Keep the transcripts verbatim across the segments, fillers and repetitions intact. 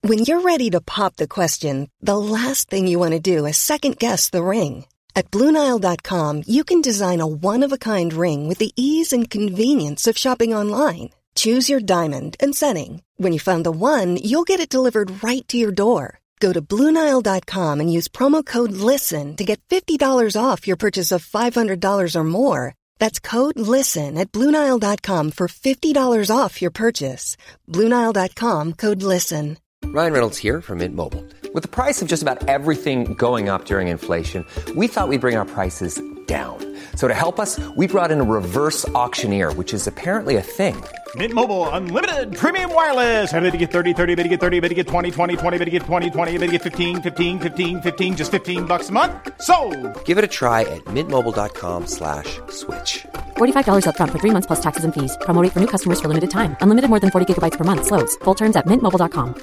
When you're ready to pop the question, the last thing you want to do is second-guess the ring. At Blue Nile dot com, you can design a one-of-a-kind ring with the ease and convenience of shopping online. Choose your diamond and setting. When you find the one, you'll get it delivered right to your door. Go to Blue Nile dot com and use promo code LISTEN to get fifty dollars off your purchase of five hundred dollars or more. That's code LISTEN at Blue Nile dot com for fifty dollars off your purchase. Blue Nile dot com, code LISTEN. Ryan Reynolds here from Mint Mobile. With the price of just about everything going up during inflation, we thought we'd bring our prices down. So to help us, we brought in a reverse auctioneer, which is apparently a thing. Mint Mobile Unlimited Premium Wireless. How to get thirty, thirty, how to get thirty, how to get twenty, twenty, twenty, how to get twenty, twenty, how to get fifteen, fifteen, fifteen, fifteen, just fifteen bucks a month? Sold! Give it a try at mintmobile.com slash switch. forty-five dollars up front for three months plus taxes and fees. Promo rate for new customers for limited time. Unlimited more than forty gigabytes per month. Slows full terms at mint mobile dot com.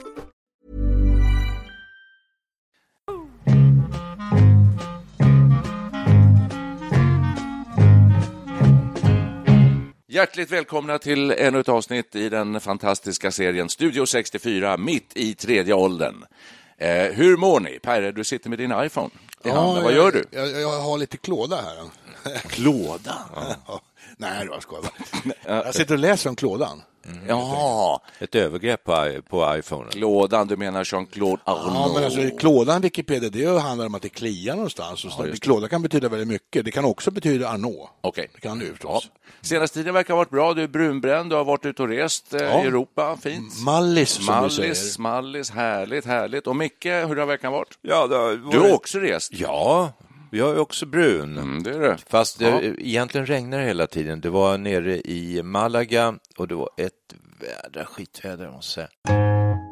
Hjärtligt välkomna till ännu ett avsnitt i den fantastiska serien Studio sextiofyra, mitt i tredje åldern. Eh, hur mår ni? Perre, du sitter med din iPhone. Ja, vad gör du? Jag, jag, jag har lite klåda här. Klåda? Ja. Nej, det var skåda. Jag sitter och läser om klådan. Mm. Ja, ett övergrepp på, på iPhone. Klådan, du menar Jean-Claude Arnault? Ja, men alltså klådan Wikipedia, det handlar om att det kliar någonstans. Och ja, klåda kan betyda väldigt mycket. Det kan också betyda Arnault. Okej. Det kan du förstås. Ja. Senaste tiden verkar ha varit bra. Du är brunbränd, du har varit ute och rest eh, ja. i Europa. Fint. Mallis, som Mallis, du säger. Mallis, härligt, härligt. Och Micke, hur har veckan varit? Ja, då, du har också rest? Ja, jag är också brun. Mm, det är det. Fast det, ja. egentligen regnar det hela tiden. Det var nere i Malaga och det var ett vädra skitväder, måste jag säga.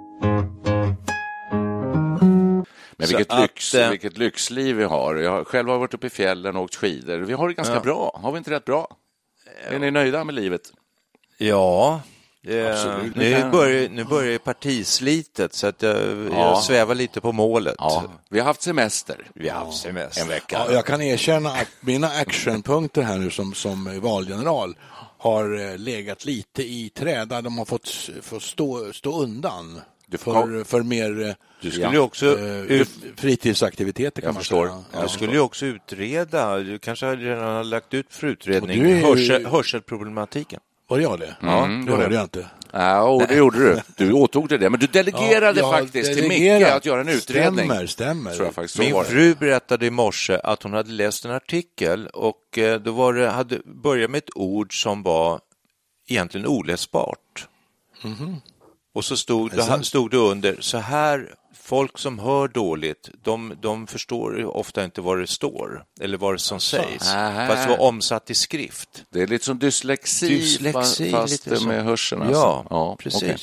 Men vilket, att, lyx, äh, vilket lyxliv vi har. Jag själv har varit uppe i fjällen och åkt skidor. Vi har det ganska ja. bra. Har vi inte rätt bra? Ja. Är ni nöjda med livet? Ja, absolut. Nu börjar, nu börjar partislitet så att jag, ja. jag svävar lite på målet. Ja. Vi har haft semester. Vi har haft semester. En vecka. Ja, jag kan erkänna att mina actionpunkter här nu som, som valgeneral har legat lite i träd där de har fått, fått stå, stå undan för, för mer du skulle ja. också uh, fritidsaktiviteter kan man säga. Jag ja. skulle ju också utreda, du kanske redan har lagt ut för utredning ju... Hörsel, hörselproblematiken. Var jag det? Ja, mm, det hörde jag inte. Ja, det gjorde du. Du åtog det, men du delegerade ja, faktiskt till Micke att göra en utredning. Stämmer, stämmer. Tror jag faktiskt. Min fru berättade i morse att hon hade läst en artikel och då var det, hade börjat med ett ord som var egentligen oläsbart. Mm-hmm. Och så stod det, stod det under så här, folk som hör dåligt, de, de förstår ofta inte vad det står eller vad det som alltså, sägs. Aha. Fast det var omsatt i skrift. Det är lite som dyslexi, dyslexi fast lite med hörseln. Alltså. Ja, ja, precis. Okay.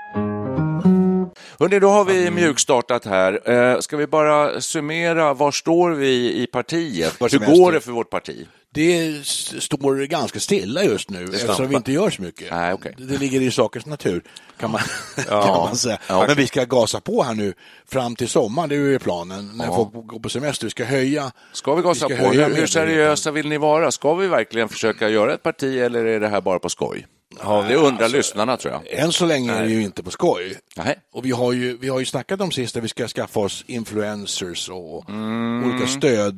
Hörrni, då har vi mjukstartat här. Eh, ska vi bara summera, var står vi i partiet? Hur går det för vårt parti? Det står ganska stilla just nu eftersom vi inte gör så mycket. Nej, okay. Det ligger i sakens natur kan man, ja. kan man säga. Ja, okay. Men vi ska gasa på här nu fram till sommaren, det är ju planen. När ja. folk går på semester, vi ska höja. Ska vi gasa vi på? Hur, hur seriösa vill ni vara? Ska vi verkligen försöka göra ett parti eller är det här bara på skoj? Ja, det undrar alltså, lyssnarna tror jag. Än så länge Nej. är det ju inte på skoj. Nej. Och vi har ju, vi har ju snackat om sist att vi ska skaffa oss influencers och mm. olika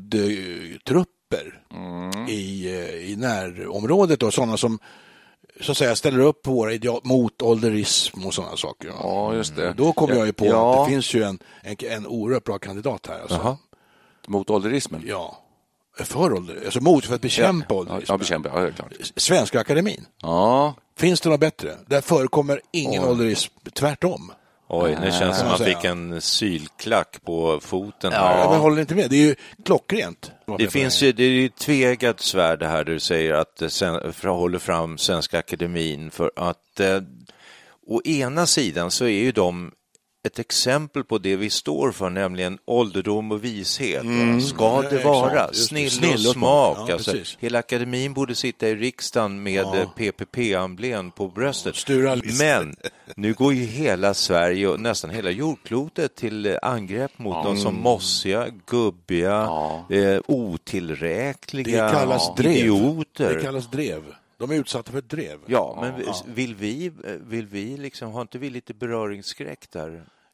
stödtrupper mm. i, i närområdet och sådana som så att säga ställer upp på våra ideal mot ålderism och sådana saker. Ja, just det. Då kommer ja, jag ju på ja. att det finns ju en, en, en oerhört bra kandidat här. Alltså. Mot ålderismen? Ja. För ålder, alltså mot för att bekämpa ja, ålderism. Ja, bekämpa, ja, det är klart. Svenska akademin. Ja. Finns det något bättre? Där förekommer ingen Oj. ålderism, tvärtom. Oj, det känns som att man fick en sylklack på foten. Ja, jag håller inte med. Det är ju klockrent. Det finns ju, det är ju tvegat svärd det här du säger att för att hålla fram Svenska akademin för att eh, å ena sidan så är ju de ett exempel på det vi står för, nämligen ålderdom och vishet. Mm. Ska det vara snill, snill och smak? Ja, alltså, hela akademin borde sitta i riksdagen med ja. P P P-emblem på bröstet. Men nu går ju hela Sverige och nästan hela jordklotet till angrepp mot mm. de som mossiga, gubbiga, ja. eh, otillräkliga det kallas idioter. Det kallas drev. De är utsatta för ett drev. Ja, men ja. vill vi, vill vi liksom, har inte vi lite beröringsskräck där?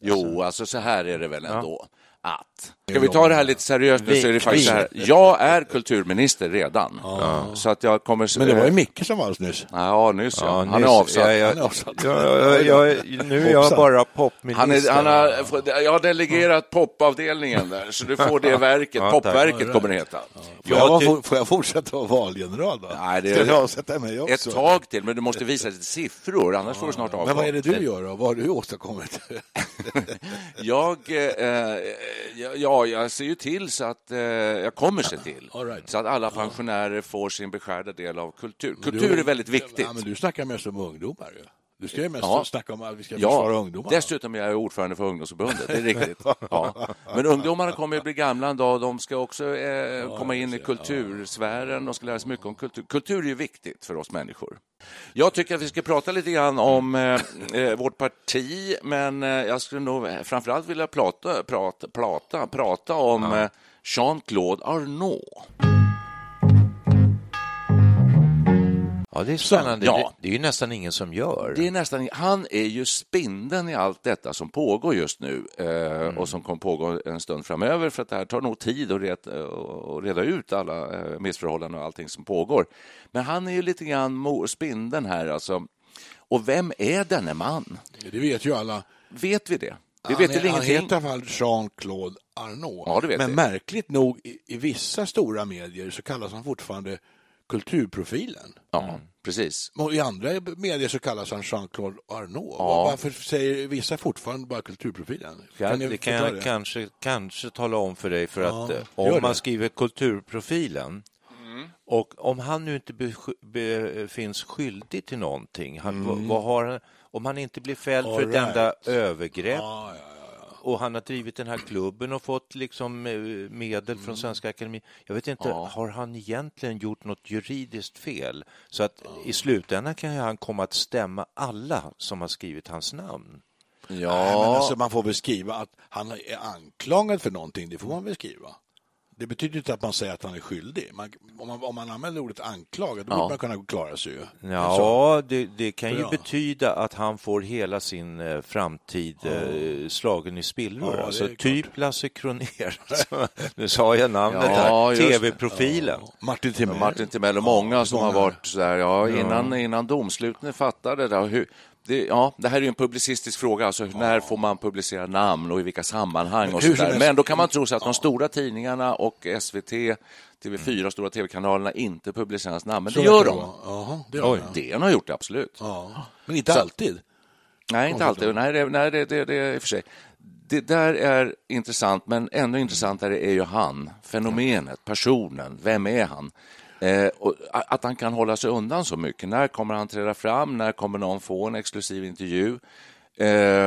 Jo, alltså så här är det väl ändå. Att. Ska vi ta det här lite seriöst nu så är det faktiskt så här. Jag är kulturminister redan. Ja. Så att jag kommer... Men det var ju Micke som var alldeles nyss. Ja, nyss. Ja. Ja, Han nyss. är avsatt. Ja, ja, Han är avsatt. ja, ja, ja, ja, nu är jag bara popminister. Han är, han har, jag har delegerat popavdelningen där, så du får det verket. Ja, Popverket tack. kommer det heta. Får jag, får, får jag fortsätta vara valgeneral då? Nej, det Ska är jag avsätta mig också? ett tag till, men du måste visa lite siffror, annars får du snart avgå. Men vad är det du gör då? Vad har du åstadkommit? jag, eh, ja, jag ser ju till så att eh, jag kommer se till All right. så att alla pensionärer får sin beskärda del av kultur. Kultur är väldigt viktigt. Ja, men du snackar mest om ungdomar ju. Du ska ju mest Ja. snacka om att vi ska Ja, försvara ungdomar. dessutom är jag ordförande för ungdomsförbundet, det är riktigt. Ja. Men ungdomarna kommer att bli gamla en dag, de ska också eh, komma in i kultursfären, de ska lära sig mycket om kultur. Kultur är ju viktigt för oss människor. Jag tycker att vi ska prata lite grann om eh, eh, vårt parti, men eh, jag skulle nog framförallt vilja prata, prata, prata, prata om eh, Jean-Claude Arnault. Ja, det är spännande. Ja. Det, det är ju nästan ingen som gör. Det är nästan, han är ju spindeln i allt detta som pågår just nu eh, mm. och som kommer pågå en stund framöver, för att det här tar nog tid att reda, att reda ut alla eh, missförhållanden och allting som pågår. Men han är ju lite grann spindeln här alltså. Och vem är denne man? Det vet ju alla. Vet vi det? Vi Han, vet är, väl han ingenting. heter i alla fall Jean-Claude Arnault. Ja, det vet Men vi. märkligt nog, i, i vissa stora medier så kallas han fortfarande kulturprofilen. Ja, mm. precis. Och i andra medier så kallas han Jean-Claude Arnault. Ja. Varför säger vissa fortfarande bara kulturprofilen? Ja, ni det kan jag det? kanske, kanske tala om för dig, för Ja, att eh, gör om man det. skriver kulturprofilen mm. och om han nu inte befinns skyldig till någonting, han, mm. vad, vad har, om han inte blir fälld All för ett right. enda övergrepp, Ja, ja, ja. och han har drivit den här klubben och fått liksom medel från Svenska Akademin. Jag vet inte, Ja. har han egentligen gjort något juridiskt fel? Så att i slutändan kan ju han komma att stämma alla som har skrivit hans namn. Ja, Nej, men alltså, man får beskriva att han är anklagad för någonting, det får man beskriva. Det betyder inte att man säger att han är skyldig. Man, om, man, om man använder ordet anklagad, då Ja. borde man kunna klara sig. Ju. Ja, det, det kan ju Ja. betyda att han får hela sin eh, framtid eh, slagen i spillror. Ja, alltså det är typ klart. Lasse Kronér. Nu sa jag namnet Ja, här. just det. Tv-profilen. Ja. Martin Timell. Martin Timell och många som många. har varit så där, ja, innan, innan domsluten fattade det, hur, det, ja, det här är ju en publicistisk fråga, alltså ja. när får man publicera namn och i vilka sammanhang Men och hur så där. som Men helst- då kan man tro sig att Ja. de stora tidningarna och S V T, T V fyra, stora tv-kanalerna inte publicerar hans namn, men Så det gör verkar de. vara. Jaha, det gör Oj, de. D N har gjort det, absolut. Ja. Men inte Så- alltid. Nej, inte alltid. Nej, det, nej, det, det, det är i och för sig. Det där är intressant, men ännu intressantare är ju han, fenomenet, personen. Vem är han? Eh, och att han kan hålla sig undan så mycket. När kommer han träda fram? När kommer någon få en exklusiv intervju? Eh,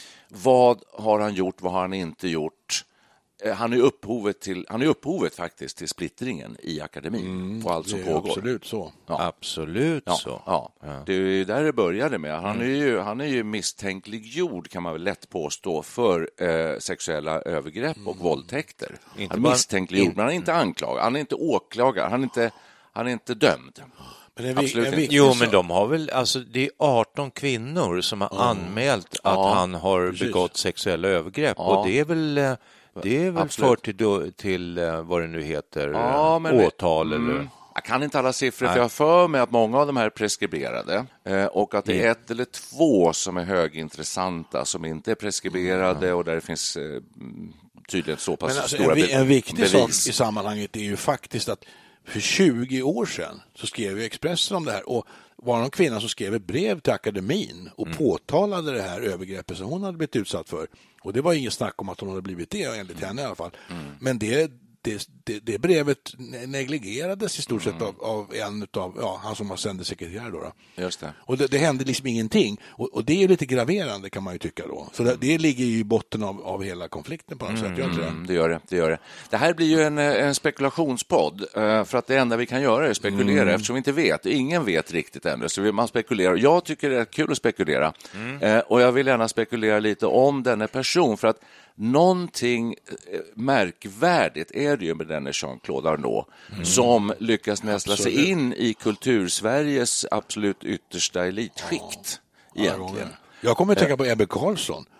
vad har han gjort? Vad har han inte gjort? Eh, han är upphovet till, han är upphovet faktiskt till splittringen i akademin mm, och allt som det är pågår. absolut så. Ja. Absolut Ja, så. ja. Ja. Det är ju där det började med. Han är ju, han är ju misstänkliggjord, kan man väl lätt påstå, för eh, sexuella övergrepp och våldtäkter. Inte Han är bara- misstänkliggjord, in- men han är inte anklagad. Han är inte åklagad. Han är inte, han är inte dömd. Men en, vi- Absolut en inte. viktig Jo, sak- men de har väl, alltså det är arton kvinnor som har anmält att Ja, han har precis. begått sexuella övergrepp. Ja. Och det är väl, eh, det är väl Absolut. fört till, då- till eh, vad det nu heter, Ja, eh, men vi- åtal eller... Mm. Jag kan inte alla siffror, Nej. för jag har för mig att många av de här är preskriberade eh, och att det är ett eller två som är högintressanta som inte är preskriberade och där det finns eh, tydligen så pass Men alltså, stora en, vi- en viktig bevis. sak i sammanhanget är ju faktiskt att för tjugo år sedan så skrev ju Expressen om det här och var någon kvinna som skrev ett brev till akademin och Mm. påtalade det här övergreppet som hon hade blivit utsatt för. Och det var inget snack om att hon hade blivit det, enligt henne i alla fall. Mm. Men det, det, det, det brevet negligerades i stort sett Mm. av, av en av ja, han som var sändesekreterare då. då. Just det. Och det, det hände liksom ingenting. Och, och det är ju lite graverande, kan man ju tycka då. Så det, det ligger ju i botten av, av hela konflikten på något sätt. Jag tror det. Mm, det gör det, det gör det. Det här blir ju en, en spekulationspodd, eh, för att det enda vi kan göra är att spekulera, Mm. eftersom vi inte vet. Ingen vet riktigt ännu, så vi- man spekulerar. Jag tycker det är kul att spekulera. Eh, och jag vill gärna spekulera lite om denna person, för att någonting eh, märkvärdigt är det ju med denne Jean-Claude Arnault som lyckas nästla sig Absolut. in i kultursveriges absolut yttersta elitskikt egentligen. Jag kommer att tänka på Ebbe Carlsson.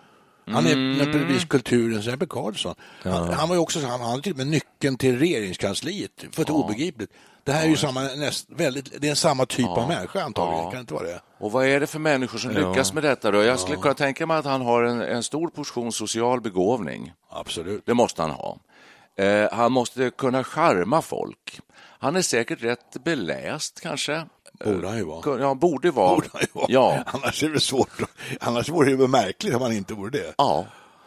Han är naturligtvis kulturens Ebbe Carlsson. Ja. Han, han var ju också han hade till och med nyckeln till regeringskansliet för ett Ja. obegripligt. Det här är ju samma, näst, väldigt, det är en samma typ Ja. av människa antagligen, Ja. kan det inte vara det? Och vad är det för människor som Ja. lyckas med detta då? Jag skulle kunna tänka mig att han har en, en stor portion social begåvning. Absolut. Det måste han ha. Eh, han måste kunna charma folk. Han är säkert rätt beläst kanske. Borde han ju vara. Ja, borde vara. Borde han ju vara. Ja. Annars är det svårt. Annars vore det väl märkligt om han inte vore det. Ja.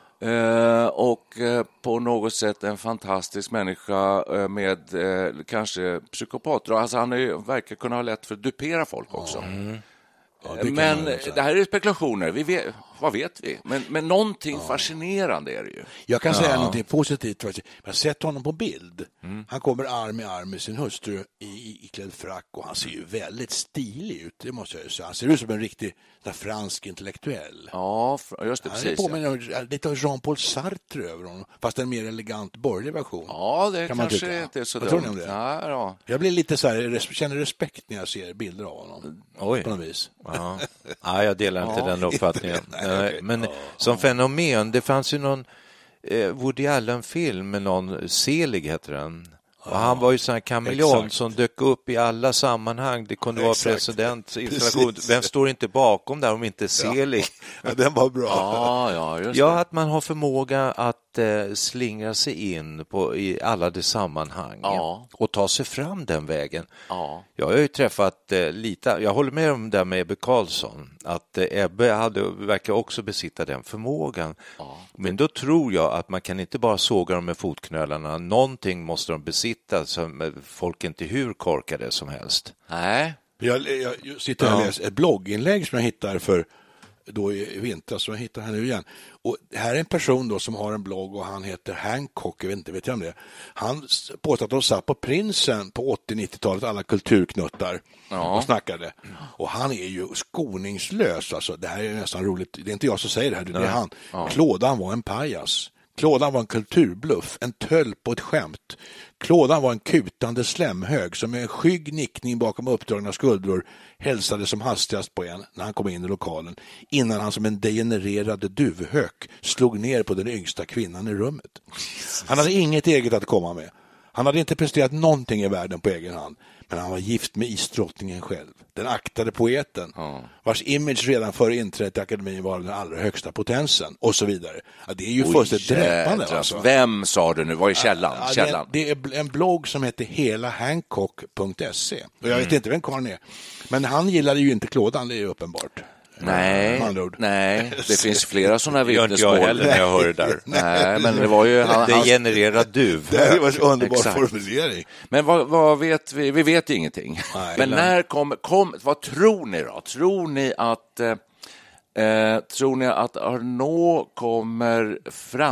Eh, och eh, på något sätt en fantastisk människa eh, med eh, kanske psykopater. Alltså han är, ju- verkar kunna ha lätt för att dupera folk också. Mm. Ja, det kan Men man ju säga. det här är spekulationer. Vi vet, vad vet vi? Men, men någonting fascinerande är det ju. Jag kan säga någonting positivt. Jag har sett honom på bild. Han kommer arm i arm med sin hustru i, i, i klädd frack och han ser ju väldigt stilig ut, det måste jag ju säga. Han ser ut som en riktig där, fransk intellektuell. Ja, fr- just det, Han är precis. Ja. påminner lite av Jean-Paul Sartre över honom, fast en mer elegant borgerlig version. Ja, det Kan man kanske tycka. inte är så Vad dumt. tror ni om det? Ja, ja. Jag blir lite så här, res- känner respekt när jag ser bilder av honom. Oj. På något vis. Ja. Ja, jag delar inte Ja, den uppfattningen. inte det. Nej, okej. Men Ja, som fenomen, det fanns ju någon eh, Woody Allen-film med någon, Selig heter den. Och han var ju sån här kameleont exakt. som dök upp i alla sammanhang. Det kunde vara Exakt. presidentinstallation. Precis. Vem står inte bakom där om inte Selig? Ja, den var bra. Ja, ja, just Ja, det. att man har förmåga att eh, slingra sig in på, i alla de sammanhang Ja. och ta sig fram den vägen. Ja. Jag har ju träffat eh, lite, jag håller med om det där med Ebbe Carlsson, att eh, Ebbe hade, verkar också besitta den förmågan. Men då tror jag att man kan inte bara såga dem med fotknölarna, någonting måste de besitta som eh, folk inte är hur korkade som helst. Nej. Jag, jag, jag sitter här och läser ett blogginlägg som jag hittar för då i vintras, så jag hittar här nu igen. Och här är en person då som har en blogg och han heter Hancock, jag vet inte, vet jag om det. Han s- påstår att de satt på Prinsen på åttio-nittiotalet, alla kulturknuttar Ja. och snackade. Och han är ju skoningslös, alltså det här är nästan roligt. Det är inte jag som säger det här, det är han. Klådan var en pajas. Klådan var en kulturbluff, en tölp och ett skämt. Klådan var en kutande slemhög som med en skygg nickning bakom uppdragna skuldror hälsade som hastigast på en när han kom in i lokalen, innan han som en degenererad duvhök slog ner på den yngsta kvinnan i rummet. Han hade inget eget att komma med. Han hade inte presterat någonting i världen på egen hand, men han var gift med isdrottningen själv, den aktade poeten, vars image redan före inträdet i akademin var den allra högsta potensen, och så vidare. Ja, det är ju fullständigt dräpande. jädrar. Alltså. Vem sa du nu? Vad är källan? Ja, det, källan? är, det är en blogg som heter hela hancock punkt se. Och jag vet Mm. inte vem karln är. Men han gillade ju inte klådan, det är ju uppenbart. Nej, Med andra ord. nej, det finns flera sådana Det gör inte jag vittnesmål. heller när jag hör det där. Nej, men det var ju... Han, Det han, genererar duv. Det här var en underbar Exakt. formulering. men vad, vad vet vi? Vi vet ingenting. Nej. men när kommer... Kom, vad tror ni då? Tror ni att... Eh, eh, tror ni att Arnault kommer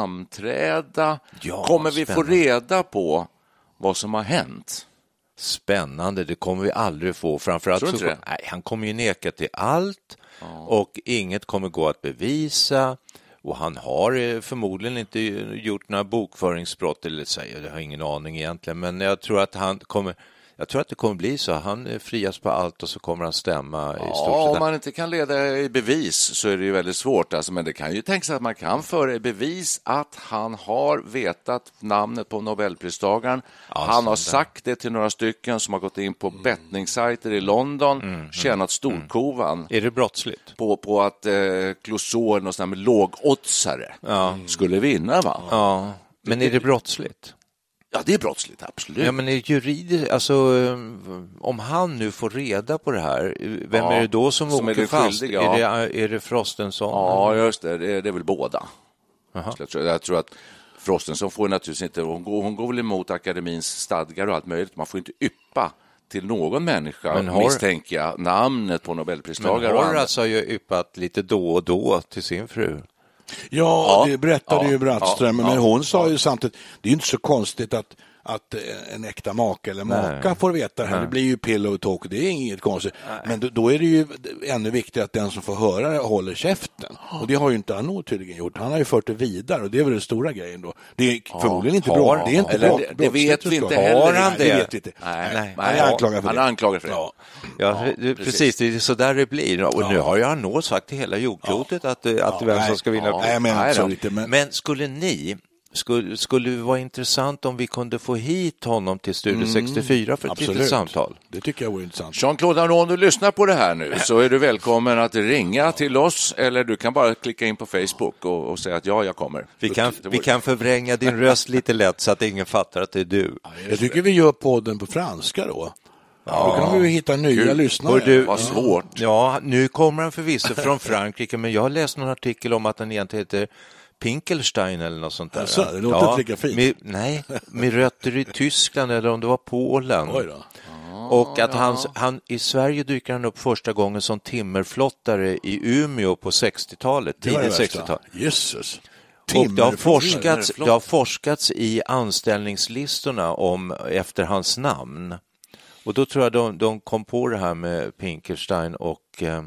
framträda? Ja, kommer vi få spännande. reda på vad som har hänt? Spännande, det kommer vi aldrig få. Framförallt Tror du så, inte det? nej, han kommer ju neka till allt och inget kommer gå att bevisa. Och han har eh, förmodligen inte gjort några bokföringsbrott, eller så, jag har ingen aning egentligen, men jag tror att han kommer, jag tror att det kommer bli så. Han eh, frias på allt och så kommer han stämma i Ja, stort om sett. man inte kan leda i bevis så är det ju väldigt svårt. Alltså, men det kan ju tänkas att man kan föra i bevis att han har vetat namnet på Nobelpristagaren. han har sagt det till några stycken som har gått in på bettingsajter i London, tjänat storkovan Är det brottsligt? på, på att eh, Clouseau, någon sån här med lågoddsare, skulle vinna. Va? Ja, men är det brottsligt? Ja, det är brottsligt, absolut. Ja, men är juridiskt, alltså om han nu får reda på det här, vem Ja, är det då som, som är åker det fast? skyldiga, ja. Är det, är det Frostenson? Ja, just det. Det är, det är väl båda. Jag tror, jag tror att Frostenson får naturligtvis inte... Hon går, hon går väl emot akademins stadgar och allt möjligt. Man får inte yppa till någon människa, Men har- misstänker jag, namnet på Men Nobelpristagare. och andra. Horace har ju yppat lite då och då till sin fru. Ja, Ja. det berättade Ja. ju Brattström, Ja. men Ja. hon sa ju samtidigt, det är ju inte så konstigt att att en äkta make eller maka får veta det här. Nej. Det blir ju pillow talk, det är inget konstigt. Nej. Men då, då är det ju ännu viktigare att den som får höra det håller käften. Och det har ju inte Arnaud tydligen gjort. Han har ju fört det vidare och det är väl den stora grejen då. Det är ja, förmodligen inte bra. Det är inte eller, bra. Det, det vet vi inte heller. Har han det? Det vet vi inte. Nej, nej. Han är anklagad för han det. Han är anklagad för det. Ja, ja, ja precis. precis. Det är så där det blir. Och ja. Nu har ju Arnaud sagt till hela jordklotet ja. att, att ja, vem nej. som ska vinna. Ja, nej, men, nej, så lite, men... men skulle ni... Skulle, skulle det vara intressant om vi kunde få hit honom till Studio mm, sextiofyra för ett absolut. litet samtal? Det tycker jag vore intressant. Jean-Claude Arnaud, om du lyssnar på det här nu så är du välkommen att ringa till oss eller du kan bara klicka in på Facebook och, och säga att ja, jag kommer. Vi kan, vi kan förvränga din röst lite lätt så att ingen fattar att det är du. Ja, jag tycker vi gör podden på franska då. Ja, då kan vi hitta nya Gud, lyssnare. Du, vad svårt. Ja, nu kommer han förvisso från Frankrike, men jag har läst någon artikel om att han egentligen heter Pinkelstein eller något sånt där. Alltså, det låter ja, inte lika fint. Med, nej, med rötter i Tyskland eller om det var Polen. Oj då. Och att han, han, i Sverige dyker han upp första gången som timmerflottare i Umeå på sextiotalet, tidigt sextiotal. Jesus. Och det har, forskats, det har forskats i anställningslistorna om efter hans namn. Och då tror jag de, de kom på det här med Pinkelstein och eh,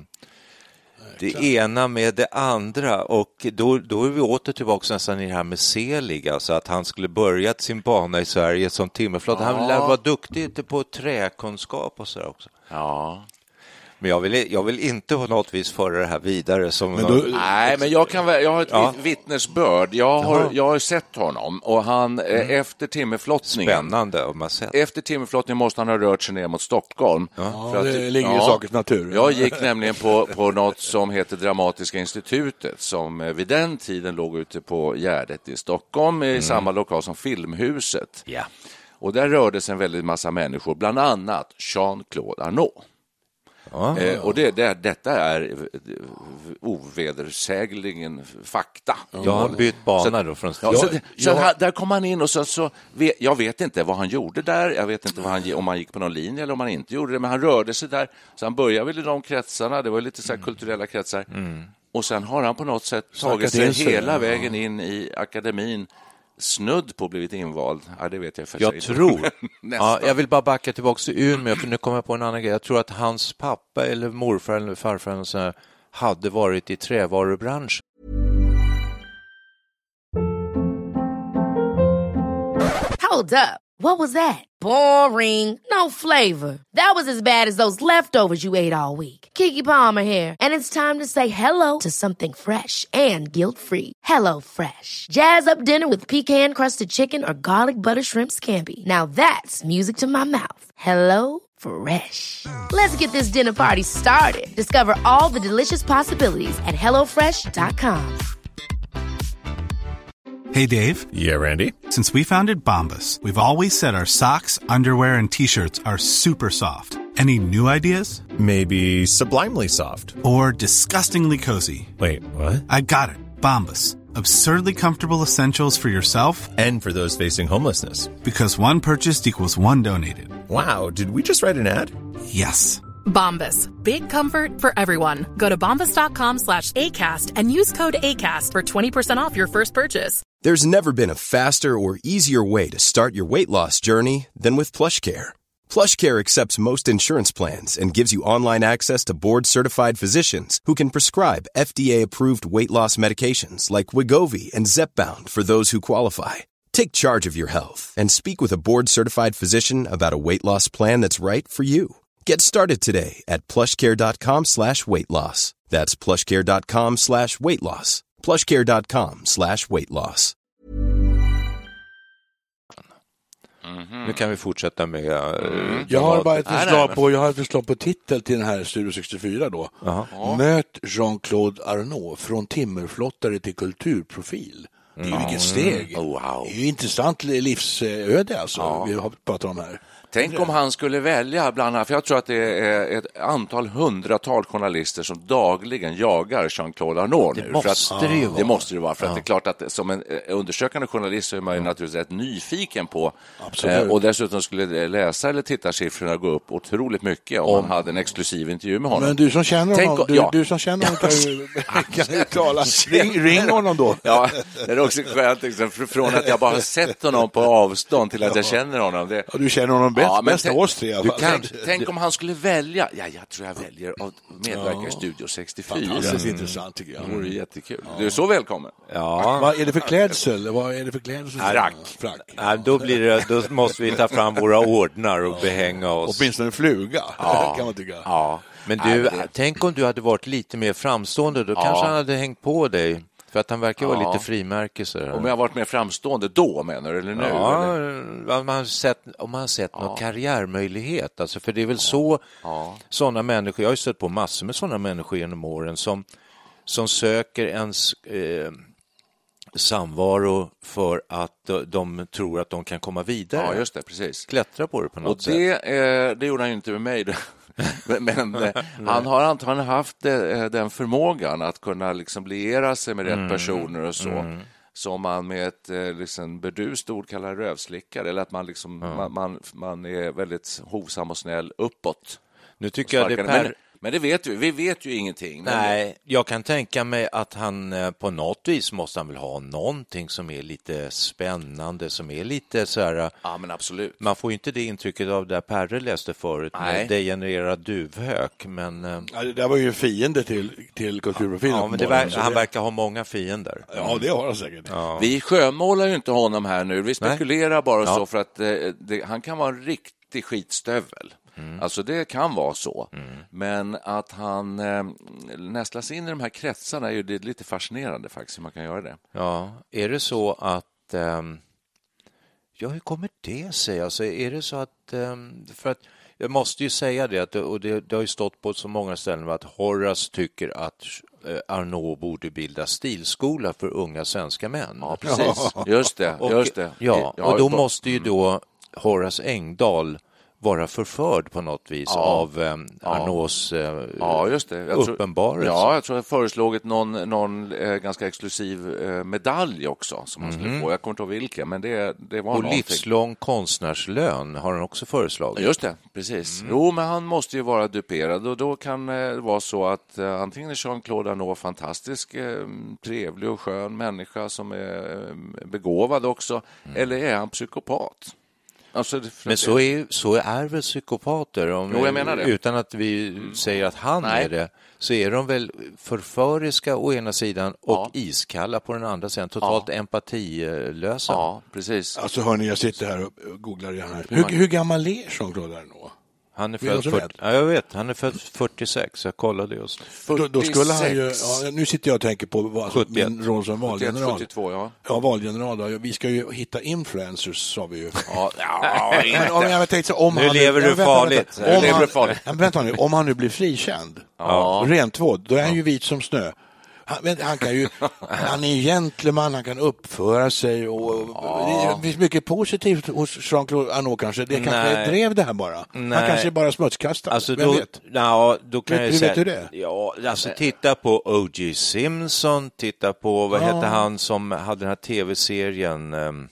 det Klar. ena med det andra. Och då, då är vi åter tillbaka nästan i det här med Selig. Alltså att han skulle börjat sin bana i Sverige som timmerflottare. Ja. Han lär vara duktig på träkunskap och sådär också. Ja. Men jag vill, jag vill inte på något vis föra det här vidare. Som men då, någon... Nej, men jag, kan, jag har ett ja. vittnesbörd. Jag har, jag har sett honom och han mm. efter timmerflottningen. Spännande om man sett. Efter timmerflottningen måste han ha rört sig ner mot Stockholm. Ja, för att, det ligger ja, i sakens natur. Jag gick nämligen på, på något som heter Dramatiska institutet som vid den tiden låg ute på Gärdet i Stockholm i mm. samma lokal som Filmhuset. Ja. Och där rörde sig en väldigt massa människor, bland annat Jean-Claude Arnaud. Ah. Eh, och det, det, detta är ovedersägligen fakta. Jag har bytt bana då från ja, så, så jag... Där kom han in och så, så jag vet inte vad han gjorde där. Jag vet inte vad han, om han gick på någon linje eller om han inte gjorde det. Men han rörde sig där. Så han började väl i de kretsarna. Det var lite så här kulturella kretsar. Mm. Och sen har han på något sätt tagit sig hela vägen in i akademin. Snudd på blivit invald. Ja, det vet jag för Jag sig. tror. ja, jag vill bara backa tillbaka till Umeå för nu kommer jag på en annan grej. Jag tror att hans pappa eller morfar eller farfar eller så här, hade varit i trävarubranschen. Hold up. What was that? Boring. No flavor. That was as bad as those leftovers you ate all week. Keke Palmer here, and it's time to say hello to something fresh and guilt-free. Hello Fresh. Jazz up dinner with pecan-crusted chicken or garlic butter shrimp scampi. Now that's music to my mouth. Hello Fresh. Let's get this dinner party started. Discover all the delicious possibilities at hello fresh dot com. Hey, Dave. Yeah, Randy. Since we founded Bombas, we've always said our socks, underwear, and T-shirts are super soft. Any new ideas? Maybe sublimely soft. Or disgustingly cozy. Wait, what? I got it. Bombas. Absurdly comfortable essentials for yourself. And for those facing homelessness. Because one purchased equals one donated. Wow, did we just write an ad? Yes. Bombas. Big comfort for everyone. Go to bombas.com slash ACAST and use code ACAST for twenty percent off your first purchase. There's never been a faster or easier way to start your weight loss journey than with PlushCare. PlushCare accepts most insurance plans and gives you online access to board-certified physicians who can prescribe F D A-approved weight loss medications like Wegovy and Zepbound for those who qualify. Take charge of your health and speak with a board-certified physician about a weight loss plan that's right for you. Get started today at plushcare.com slash weight loss. That's plushcare.com slash weight loss. plushcare.com slash weight loss. Mm-hmm. Nu kan vi fortsätta med... Uh, jag har bara ett förslag på, jag har ett förslag på titel till den här Studio sextiofyra då. Uh-huh. Möt Jean-Claude Arnaud från timmerflottare till kulturprofil. Det är ju vilket steg. Oh, wow. Det är ju intressant livsöde alltså. Ja. Vi har pratat om här. Tänk om han skulle välja bland annat, för jag tror att det är ett antal hundratal journalister som dagligen jagar Jean-Claude Arnault nu. Det måste det ju vara. Det måste det vara, för att Ja. det är klart att som en undersökande journalist så är man ju naturligtvis rätt nyfiken på. Absolut. Eh, och dessutom skulle läsa eller tittarsiffrorna gå upp otroligt mycket om man hade en exklusiv intervju med honom. Men du som känner Tänk honom, om- du, ja. du som känner honom kan ju, kan ju tala. Ring, ring honom då. Ja, det är också skönt liksom, från att jag bara har sett honom på avstånd till att jag känner honom. Det... Ja, du känner honom bäst, Ja, men bäst av tänk- oss tre i alla Du fall. kan, tänk om han skulle välja. Ja, jag tror jag väljer att medverka i Studio sextiofyra. Fantastiskt intressant tycker jag. Det vore jättekul. Du är så välkommen. Ja. Vad är det för klädsel? Vad är det för klädsel? Frack. Frack. Nej, då, blir det, då måste vi ta fram våra ordnar och behänga oss. Åtminstone en fluga, Ja. kan man tycka. Ja. Men Nej, du, men det- tänk om du hade varit lite mer framstående, då Ja. kanske han hade hängt på dig. För att han verkar vara Ja. lite frimärke. Så där. Om jag har varit mer framstående då, menar du, eller nu? Ja, eller? om man har sett, om man har sett någon karriärmöjlighet. Alltså, för det är väl så Ja. sådana människor, jag har ju sett på massor med sådana människor genom åren som, som söker ens eh, samvaro för att de, de tror att de kan komma vidare. Ja, just det, precis. Klättra på det på något Och sätt. det, eh, det gjorde han ju inte med mig. men men eh, han har antagligen haft eh, den förmågan att kunna liksom liera sig med rätt Mm. personer och så. Som man med ett eh, liksom burdust ord kallar rövslickare. Eller att man, liksom, man, man, man är väldigt hovsam och snäll uppåt. Nu tycker jag det Sparkar- per... men, men det vet vi, vi vet ju ingenting. Men Nej, jag kan tänka mig att han eh, på något vis måste han väl ha någonting som är lite spännande, som är lite så här... Ja, men absolut. Man får ju inte det intrycket av det Perre läste förut Nej. med degenererad duvhök, men... eh, Ja, det där var ju fiende till, till kulturprofilen. Ja, men det uppenbarligen, ver- så han det- verkar ha många fiender. Ja, det har han säkert. Ja. Vi sjömålar ju inte honom här nu. Vi spekulerar bara Ja. så för att eh, det, han kan vara en riktig skitstövel. Mm. Alltså det kan vara så. Men att han eh, nästlas in i de här kretsarna är ju det är lite fascinerande faktiskt hur man kan göra det. Ja, är det så att... ehm, ja, hur kommer det sig? Alltså, är det så att... ehm, för att jag måste ju säga det, att, och det, det har ju stått på så många ställen att Horace tycker att eh, Arnault borde bilda stilskola för unga svenska män. Ja, precis. Just det, Och, just det. Ja, Jag och har då ju stått- måste ju då Horace Engdahl vara förförd på något vis Ja. av eh, Ja. Arnauds eh, Ja, just det. Jag tror- uppenbarelse. Ja, jag tror jag föreslog ett någon, någon eh, ganska exklusiv eh, medalj också som han skulle få. Jag kommer inte ihåg vilken, men det, det var Och någonting. livslång konstnärslön har han också föreslagit. Just det, precis. Jo, men han måste ju vara duperad och då kan det vara så att eh, antingen är Jean-Claude Arnault fantastisk, eh, trevlig och skön människa som är eh, begåvad också, eller är han psykopat? Alltså, det- Men så är, så är väl psykopater, om, Jo, jag menar det. utan att vi säger att han Nej. är det, så är de väl förföriska å ena sidan och Ja. iskalla på den andra sidan, totalt empatilösa. Ja, precis. Alltså hörni, jag sitter här och googlar igen här. Hur, hur gammal är Jean-Claude Arnault? Han är Vet du född som fyrtio, vet? ja, jag vet, han är född fyrtiosex, jag kollade just. Då, då skulle han ju, fyrtiosex. ja, nu sitter jag och tänker på vad, alltså, sjuttioett. min roll som valgeneral. sjuttiotvå, ja. Ja, valgeneral då. Vi ska ju hitta influencers, sa vi ju. Ja, ja, Men om jag tänkte så, om Nu han lever du vänta, farligt. Vänta, Nu Om lever han, du farligt. Ja, vänta nu, om han nu blir frikänd, Ja. rentvådd, då är han ju vit som snö. Han, men han kan ju, han är ju gentleman, han kan uppföra sig och det finns mycket positivt hos Jean-Claude Arnault kanske. Det kanske Nej. är drev det här bara. Nej. Han kanske är bara smutskastad. Alltså Vem då, vet? ja, då kan Vet- jag hur säga, vet du det? Ja, alltså titta på O J Simpson, titta på, vad Ja. hette han som hade den här tv-serien ehm,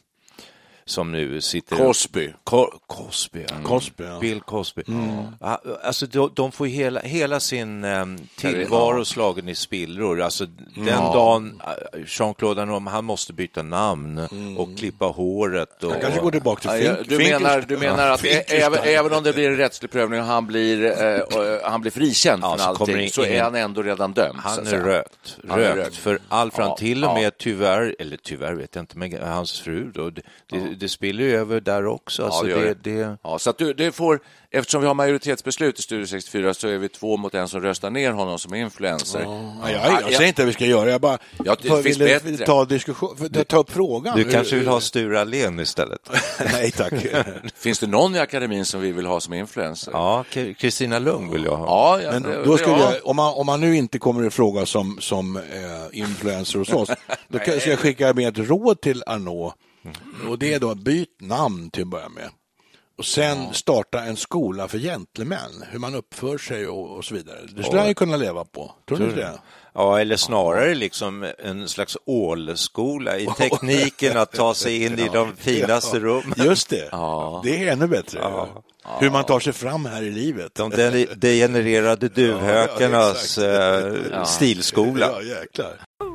som nu sitter... Cosby. Co- Cosby, ja. Cosby, ja. Bill Cosby. Ja, alltså de, de får hela, hela sin um, tillvaro slagen i spillror. Alltså den dagen uh, Jean-Claude Arnault, han måste byta namn och klippa håret. Och, Han kanske går tillbaka till Ja, Fink. du, menar, du menar att Finkelstein. även, även om det blir en rättslig prövning och han blir, eh, och han blir frikänd Ja, från så allting kommer det så är ingen- han ändå redan dömd. så Han att är säga. rökt, Han är rökt, rökt. för all fram, Ja, till och ja. med tyvärr, eller tyvärr vet jag inte, men hans fru då, det, det, det spiller ju över där också. Alltså det gör det, det. det, Ja, så att du, det får, eftersom vi har majoritetsbeslut i Studio sextiofyra så är vi två mot en som röstar ner honom som influencer. Ja, jag, jag säger inte vad vi ska göra, jag bara Ja, det för- finns ville bättre. ta, diskussion, för, ta upp frågan. du kanske vill ha Sture Allén istället? Nej, tack. Finns det någon i akademin som vi vill ha som influencer? Ja, K- Kristina Lund vill jag ha. Ja, ja, Men det- då skulle ja. jag, om, man, om man nu inte kommer i fråga som, som eh, influencer hos oss, då kan, ska jag skicka med ett råd till Arnault. Och det är då, byt namn till att börja med. och sen ja. starta en skola för gentlemän, hur man uppför sig och, och så vidare. Det skulle ja. han ju kunna leva på, tror du inte det? Ja, eller snarare liksom en slags ålskola i tekniken att ta sig in i de finaste ja. rummen. Just det, ja. det är ännu bättre. Ja. Hur man tar sig fram här i livet. De degenererade duvhökarnas ja, ja, ja. stilskola. Ja, jäklar.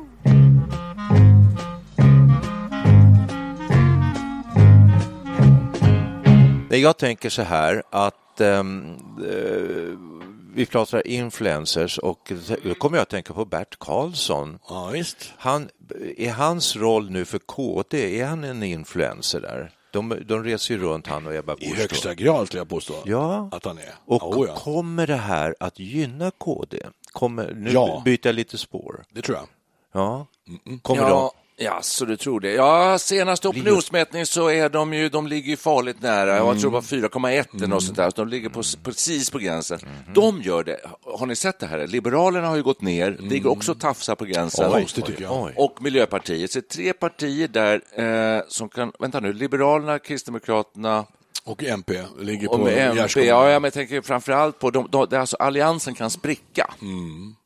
Jag tänker så här att um, uh, vi pratar influencers och då kommer jag att tänka på Bert Karlsson. Ja, visst. Han, är hans roll nu för K D, är han en influencer där? De, de reser ju runt han och Ebba Busch. I högsta grad skulle jag påstå ja. att han är. Och oh, ja. kommer det här att gynna K D? Kommer, nu ja. byter jag lite spår. Det tror jag. Ja, kommer ja. de... Ja, så du tror det. Ja, senaste opinionsmätning så är de ju, de ligger ju farligt nära. Jag tror det var fyra komma ett mm. och sånt där. Så de ligger på, precis på gränsen. Mm. De gör det. Har ni sett det här? Liberalerna har ju gått ner. Mm. Det går också tafsa på gränsen. Oj, det tycker jag. Och Miljöpartiet. Så tre partier där eh, som kan, vänta nu, Liberalerna, Kristdemokraterna och M P ligger och på M P. Ja, ja, men jag tänker framförallt på de, de, de, alltså alliansen kan spricka. Mm.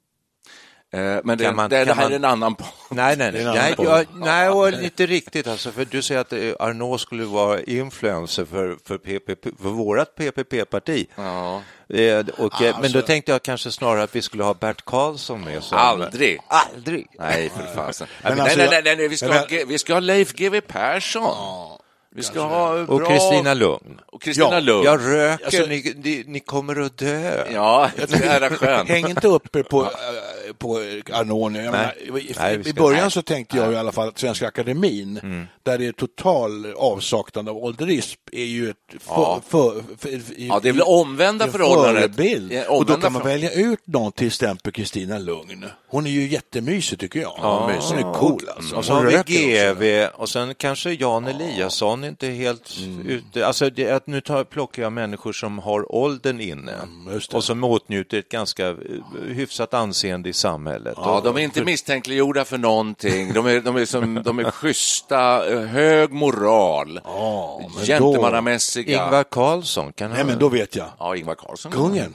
Men det, man, det, det här man... är en annan på. Nej, nej, nej. Nej, jag, nej och inte riktigt. Alltså, för du säger att Arnaud skulle vara influencer för, för, P P P, för vårat P P P-parti. Ja. Eh, och, alltså... Men då tänkte jag kanske snarare att vi skulle ha Bert Karlsson med. Som... Aldrig. Aldrig. Nej, för fasen. Men alltså, nej, nej, nej, nej, vi ska, men... ha, vi ska ha Leif G W Persson. Ja. Vi ska ha bra... Och Kristina Lugn. Och Kristina ja. Lugn. Jag röker, alltså... ni, ni, ni kommer att dö. Ja, jag tycker det är skönt. Häng inte uppe på, äh, på Arnaud. Jag menar, i, Nej, I början nej. så tänkte jag i alla fall att Svenska Akademin, mm. där det är total avsaknad av ålderism, är ju ett ja. för, för, för, ja, det är väl omvända förhållandet. Förebild. Och då kan man välja ut någon till exempel Kristina Lugn. Hon är ju jättemysig tycker jag. Ja. Hon är cool alltså. Och så har vi G V och sen kanske Jan Eliasson inte helt mm. ute. Alltså det, att nu tar, plockar jag människor som har åldern inne mm, och som åtnjuter ett ganska hyfsat anseende i samhället. Ja, och, de är inte misstänkliggjorda för någonting. De är, de är, som, de är schyssta, hög moral, ja, gentlemannamässiga. Ingvar Carlsson kan Nej, men då vet jag. Ja, Ingvar Carlsson. Kungen.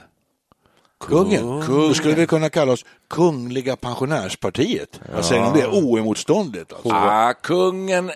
Kungen. Kung. Då skulle vi kunna kalla oss Kungliga pensionärspartiet. Ja. Jag säger det är oemotståndigt. Alltså. Ja, kungen,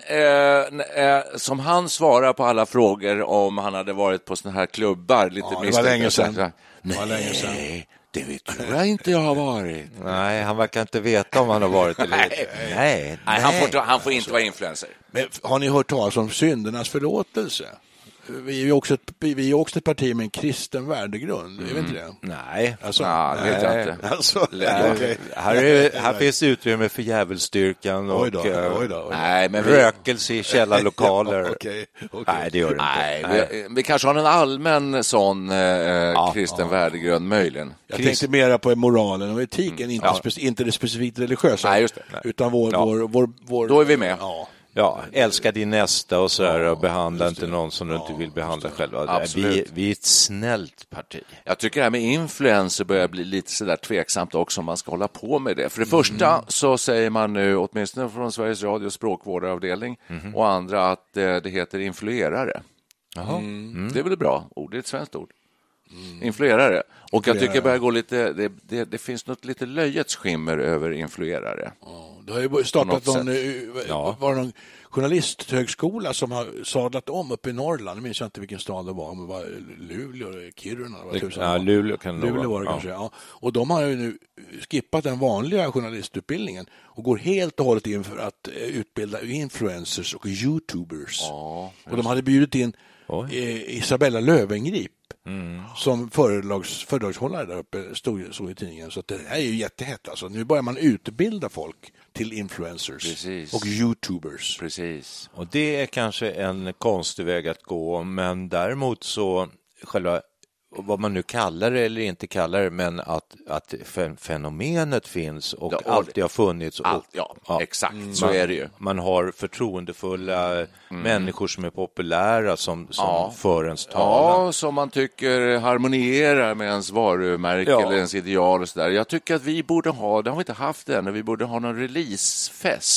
eh, eh, som han svarar på alla frågor om han hade varit på såna här klubbar. Lite ja, det var länge sedan. Nej, det var länge sedan. Det vet tror jag inte jag har varit. Nej, han verkar inte veta om han har varit eller inte. Nej, nej, nej. Han får, han får inte vara influencer. Men har ni hört talas om syndernas förlåtelse? Vi är ju också ett, vi är också ett parti med en kristen värdegrund, mm. är vi inte det? Nej, alltså, nah, nej, vet jag inte. Alltså, nej, okay. här, är, här finns utrymme för djävulsstyrkan och oj då, oj då, oj då. Nej, men rökelse i källarlokaler. ja, okay, okay. Nej, det gör det nej, inte. Vi, vi kanske har en allmän sån eh, ja, kristen ja. värdegrund, möjligen. Jag Christ... tänkte mera på moralen och etiken, mm. inte, ja. spec- inte det specifikt religiösa, nej, just det. Nej. utan vår, ja. vår, vår, vår... Då är vi med. Ja. Ja, älska din nästa och så här, och behandla inte någon som du ja, inte vill behandla själva. Vi, vi är ett snällt parti. Jag tycker det här med influencer börjar bli lite så där tveksamt också om man ska hålla på med det. För det mm. första så säger man nu, åtminstone från Sveriges Radio språkvårdaravdelning mm. och andra, att eh, det heter influerare. Jaha. Mm. Det är väl ett bra ord, det är ett svenskt ord. Mm. Influerare. Och jag tycker det börjar gå lite, det, det, det finns något lite löjets skimmer över influerare. Ja. Det har ju startat någon, ja. var någon journalisthögskola som har sadlat om uppe i Norrland. Jag minns inte vilken stad det var, om det var Luleå eller Kiruna. Det, ja, Luleå kan det Luleå var det ja. kanske, ja. Och de har ju nu skippat den vanliga journalistutbildningen och går helt och hållet in för att utbilda influencers och YouTubers. Ja, och de hade bjudit in eh, Isabella Löwengrip. Mm. som föredrags, föredragshållare där uppe stod, stod i tidningen. Så att det här är ju jättehett. Alltså, nu börjar man utbilda folk till influencers Precis. och YouTubers. Precis. Och det är kanske en konstig väg att gå, men däremot så själva vad man nu kallar det eller inte kallar det, men att, att fenomenet finns och ja, alltid har funnits. Och, allt, ja, ja, exakt, mm, så man, är det ju. Man har förtroendefulla mm. människor som är populära som, som ja. för ens talan. Ja, som man tycker harmonierar med ens varumärke ja. eller ens ideal och sådär. Jag tycker att vi borde ha, det har vi inte haft än, vi borde ha någon releasefest.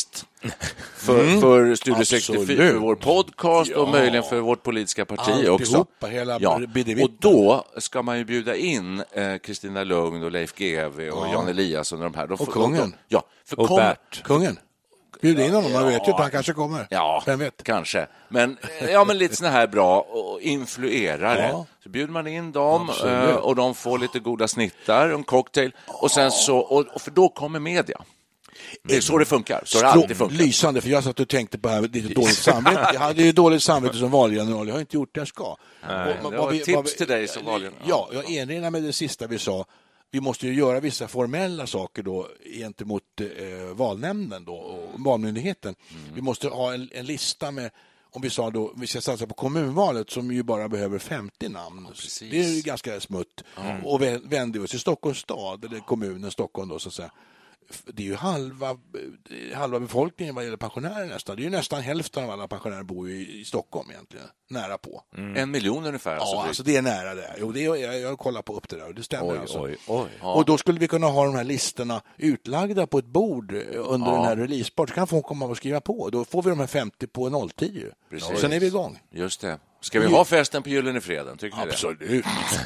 för, Mm. för Studio sextiofyra, Absolut. för vår podcast Ja. och möjligen för vårt politiska parti Alltihopa, också. hela Ja. bidevitten. Och då ska man ju bjuda in eh, Kristina Lugn och Leif G W och Ja. Jan Eliasson och de här. De Och får- kungen. De, ja, för Och kom, Bert. Kungen. Bjud in honom, man Ja. vet ju att han kanske kommer. Ja, Vem vet? kanske. Men, ja, men lite såna här bra och influerare. Ja. Så bjuder man in dem Absolut. eh, och de får lite goda snittar, en cocktail. Och sen så, och, och för då kommer media. Det är så det funkar. Så har det alltid funkat. Lysande, för jag satt och tänkte på det här med lite dåligt samvete. Jag hade ju dåligt samvete som valgeneral, jag har inte gjort det jag ska. Nej, Och- det vad var vi- ett tips vad vi- till dig som valgeneral. Ja, jag erinrar mig det sista vi sa. Vi måste ju göra vissa formella saker då gentemot eh, valnämnden då, och valmyndigheten. Mm. Vi måste ha en, en lista med, om vi sa då, vi ska satsa på kommunvalet som ju bara behöver femtio namn. precis. Det är ju ganska smutt. Och vä- vänder vi oss till Stockholms stad, eller kommunen Stockholm då så att säga. Det är ju halva, halva befolkningen vad gäller pensionärer nästan. Det är ju nästan hälften av alla pensionärer bor ju i, i Stockholm egentligen, nära på. En miljon ungefär. Ja, alltså, alltså det är nära det. Jo, det är, jag, jag kollar på upp det där och det stämmer Oj, alltså. oj, oj. Ja. Och då skulle vi kunna ha de här listorna utlagda på ett bord under Ja. den här releasepart. Så kan folk komma och skriva på. Då får vi de här femtio på nolltid ju. Precis. Och sen är vi igång. Just det. Ska vi ha festen på Gyllene Freden? Tycker ni Absolut.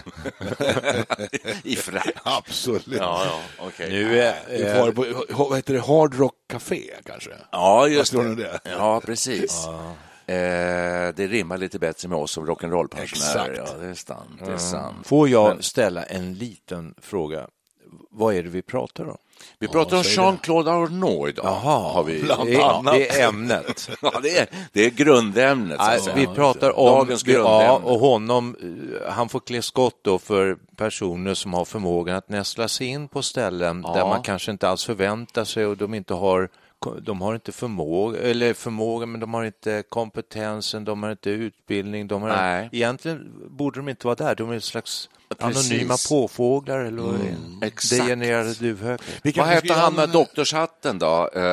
det? I frack. Absolut. Ja, ja, okej. Nu är, Vi eh, får på, vad heter det, Hard Rock Café kanske? Ja, just Vad står det. det? Ja, precis. Eh, det rimmar lite bättre med oss som rock'n'roll-pensionärer. Exakt. Ja, det är sant. Det är sant. får jag Men- ställa en liten fråga? Vad är det vi pratar om? Vi pratar om säg det. Jean-Claude Arnault idag. Jaha, har vi. det, är, det är ämnet. Ja, det är, det är grundämnet. Så att Nej, säga. vi pratar om Dagens ja, grundämne. och honom, eh, han får klä skott då för personer som har förmågan att nästla sig in på ställen Ja. där man kanske inte alls förväntar sig och de inte har de har inte förmåga, eller förmåga, men de har inte kompetensen, de har inte utbildning, de har, Nej. egentligen borde de inte vara där, de är en slags Precis. anonyma påfåglar eller Mm, exakt. degenererade duvhökar. Vad hette han med doktorshatten då? Eh,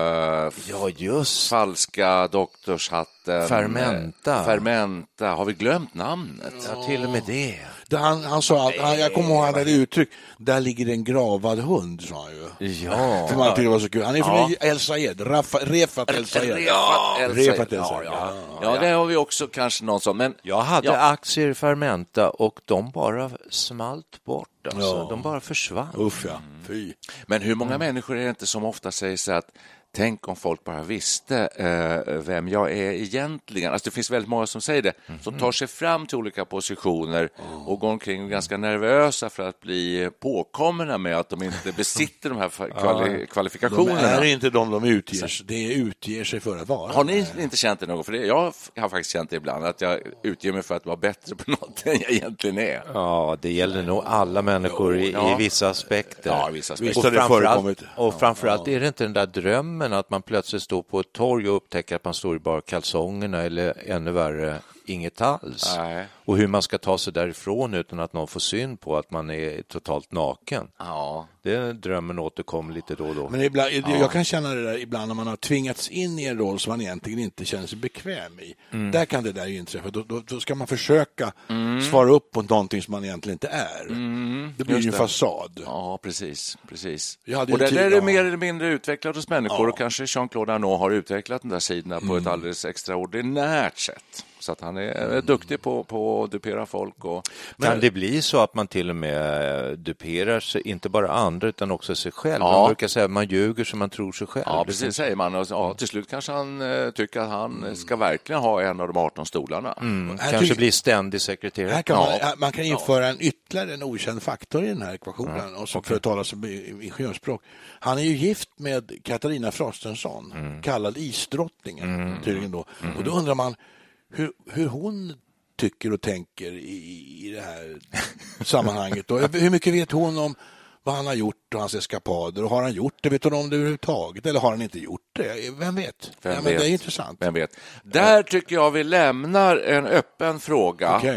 Ja, just falska doktorshatten. Fermenta. Eh, Fermenta. Har vi glömt namnet? Ja, till och med det. Det Han, han sa att, han, jag kommer ihåg han hade uttryck, där ligger en gravad hund, sa han ju. Ja. För man tyckte det var så kul. Han är från Ja. El Sayed, Rafa, Refat El Sayed. Ja, Refat El ja, Sayed. ja. Ja, det har vi också kanske någon sån. Men Jag hade Ja. aktier i Fermenta och de bara smalt bort. Alltså. Ja. De bara försvann. Uff ja, fy. Men hur många människor är det inte som ofta säger så att tänk om folk bara visste eh, vem jag är egentligen. Alltså det finns väldigt många som säger det, som tar sig fram till olika positioner och går omkring ganska nervösa för att bli påkomna med att de inte besitter de här kvali- De kvalifikationerna. är inte de de utger sig, det utger sig för att vara. Har ni inte känt det någon? För det, jag har faktiskt känt det ibland, att jag utger mig för att vara bättre på något än jag egentligen är. Ja, det gäller nog alla människor i, Ja. i vissa aspekter. Ja, i vissa aspekter. Visst Och har det framförallt, förekommit. och framförallt är det inte den där drömmen att man plötsligt står på ett torg och upptäcker att man står i bara kalsongerna eller ännu värre, inget alls. Nej. Och hur man ska ta sig därifrån utan att någon får syn på att man är totalt naken. Ja. Det drömmen återkommer lite då och då. Men ibland, jag kan känna det där ibland när man har tvingats in i en roll som man egentligen inte känner sig bekväm i. Mm. Där kan det där ju inträffa. Då, då, då ska man försöka svara upp på någonting som man egentligen inte är. Det blir just ju en det. fasad. Ja, precis. precis. Jag hade Och ju det tid- där är ja. mer eller mindre utvecklat hos människor Ja. och kanske Jean-Claude Arnault har utvecklat de där sidorna på Mm. ett alldeles extraordinärt sätt. Så att han är mm. duktig på, på att dupera folk. Och... Kan det bli så att man till och med duperar sig, inte bara andra utan också sig själv? Ja. Man brukar säga att man ljuger som man tror sig själv. Ja, Det precis finns- säger man. Och, ja, till slut kanske han eh, tycker att han ska verkligen ha en av de arton stolarna. Mm. Här Kanske tycker- blir ständig sekreterare. Här kan man, Ja. man kan införa en ytterligare en okänd faktor i den här ekvationen. Ja, Och så okej. för att tala som ingenjörsspråk. Han är ju gift med Katarina Frostenson, Mm. kallad isdrottningen. Tydligen då. Och då undrar man hur, hur hon tycker och tänker i, i det här sammanhanget. Och hur mycket vet hon om vad han har gjort och hans eskapader? Och har han gjort det? Vet hon om det överhuvudtaget? Eller har han inte gjort det? Vem vet? Vem ja, men vet? det är intressant. Vem vet? Där tycker jag vi lämnar en öppen fråga. Okej.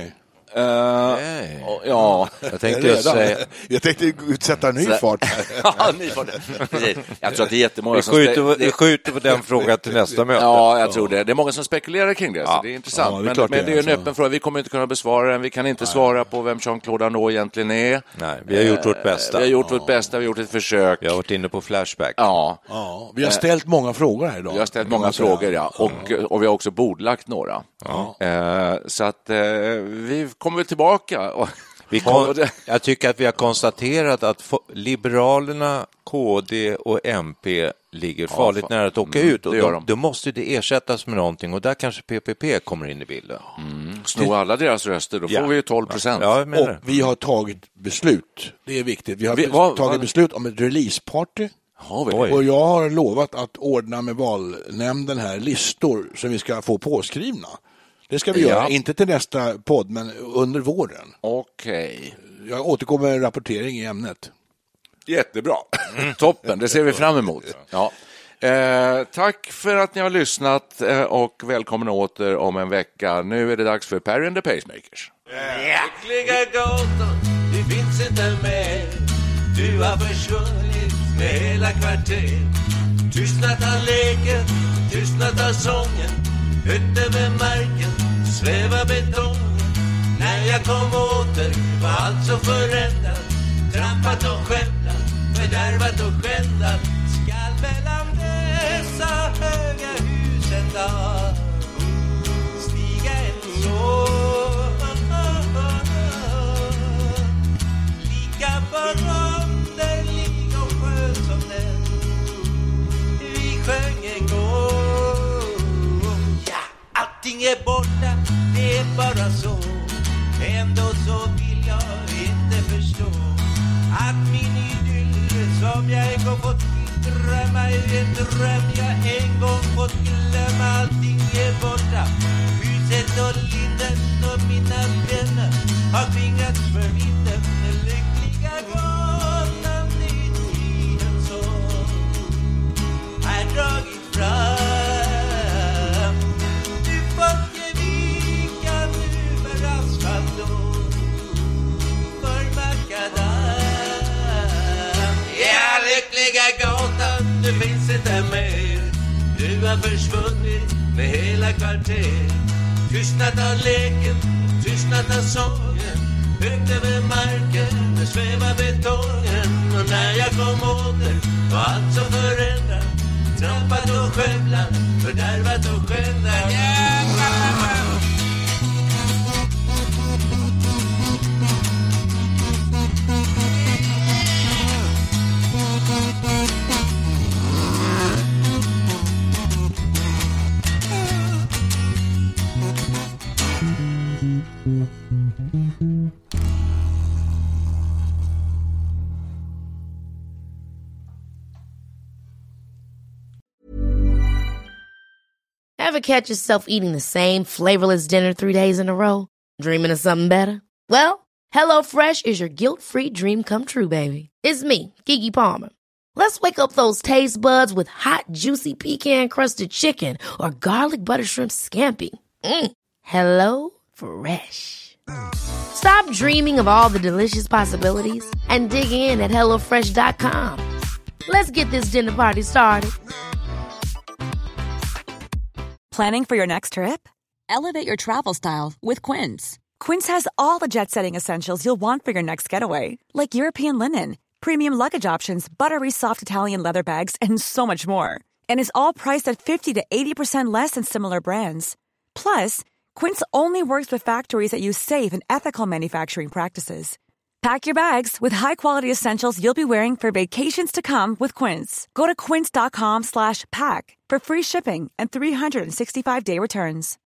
Uh, ja, jag tänkte jag säga. Jag tänkte utsätta ny fart. Ja, ny fart. Precis. Jag tror att det är jättemånga vi som skjuter, spe- vi skjuter på den frågan till nästa möte. Ja, jag tror det. Det är många som spekulerar kring det, ja. Så det är intressant. Ja, det är men, men det är ju en öppen fråga. Vi kommer inte kunna besvara den. Vi kan inte Nej. svara på vem Jean-Claude Arnault egentligen är. Nej, vi har gjort vårt bästa. Vi har gjort ja. vårt bästa. Vi har gjort ett försök. Jag har varit inne på Flashback. Ja. ja. Vi har ställt många frågor här idag. Vi har ställt många frågor, ja. Och, och vi har också bordlagt några. Ja. Så att vi kommer väl tillbaka. Vi kon- jag tycker att vi har konstaterat att Liberalerna, K D och M P ligger farligt ja, nära att åka mm, ut. Och då, då måste det ersättas med någonting och där kanske P P P kommer in i bilden. Mm. Snå alla deras röster, då får ja. vi ju tolv procent. Ja, och vi har tagit beslut. Det är viktigt. Vi har vi, vad, tagit vad? beslut om ett releaseparty. Och jag har lovat att ordna med valnämnden här listor som vi ska få påskrivna. Det ska vi ja. göra, inte till nästa podd, men under våren. Okej. Okay. Jag återkommer med en rapportering i ämnet. Jättebra. Mm. Toppen, det ser vi fram emot. Ja. Eh, tack för att ni har lyssnat eh, och välkomna åter om en vecka. Nu är det dags för Perry and the Pacemakers. Lyckliga gatan, du finns inte mer. Du har försvunnit med hela kvarter. Tystnat av leken, tystnat av sången. Ut över marken, sväva betongen. När jag kom åter var allt så förändrat. Trampat och skämtat, fördärvat och skändat. Skall mellan dessa höga husen dag stiga en sår. Lika berömderlig och skön som den vi sjöng en gång. Allting är borta, det är bara så. Ändå så vill jag inte förstå att min idyll som jag en gång fått drömma är en dröm jag en gång fått glömma. Allting är borta, huset och linden och mina vänner har tvingats för vinden. Lyckliga gatan i tiden så har dragit fram. Gatan, du finns inte mer. Du har försvunnit med hela kvarter. Tystnat av leken, tystnat av sången. Högt över marken, svävar betongen. Och när jag kom åter var allt så förändrat. Trampat och skövlat, fördärvat och skändat. Yeah! Ever catch yourself eating the same flavorless dinner three days in a row? Dreaming of something better? Well, HelloFresh is your guilt-free dream come true, baby. It's me, Keke Palmer. Let's wake up those taste buds with hot, juicy pecan-crusted chicken or garlic butter shrimp scampi. Mm. Hello Fresh. Stop dreaming of all the delicious possibilities and dig in at hello fresh dot com. Let's get this dinner party started. Planning for your next trip? Elevate your travel style with Quince. Quince has all the jet-setting essentials you'll want for your next getaway, like European linen, premium luggage options, buttery soft Italian leather bags, and so much more. And is all priced at fifty to eighty percent less than similar brands. Plus, Quince only works with factories that use safe and ethical manufacturing practices. Pack your bags with high-quality essentials you'll be wearing for vacations to come with Quince. Go to quince dot com slash pack for free shipping and three sixty-five day returns.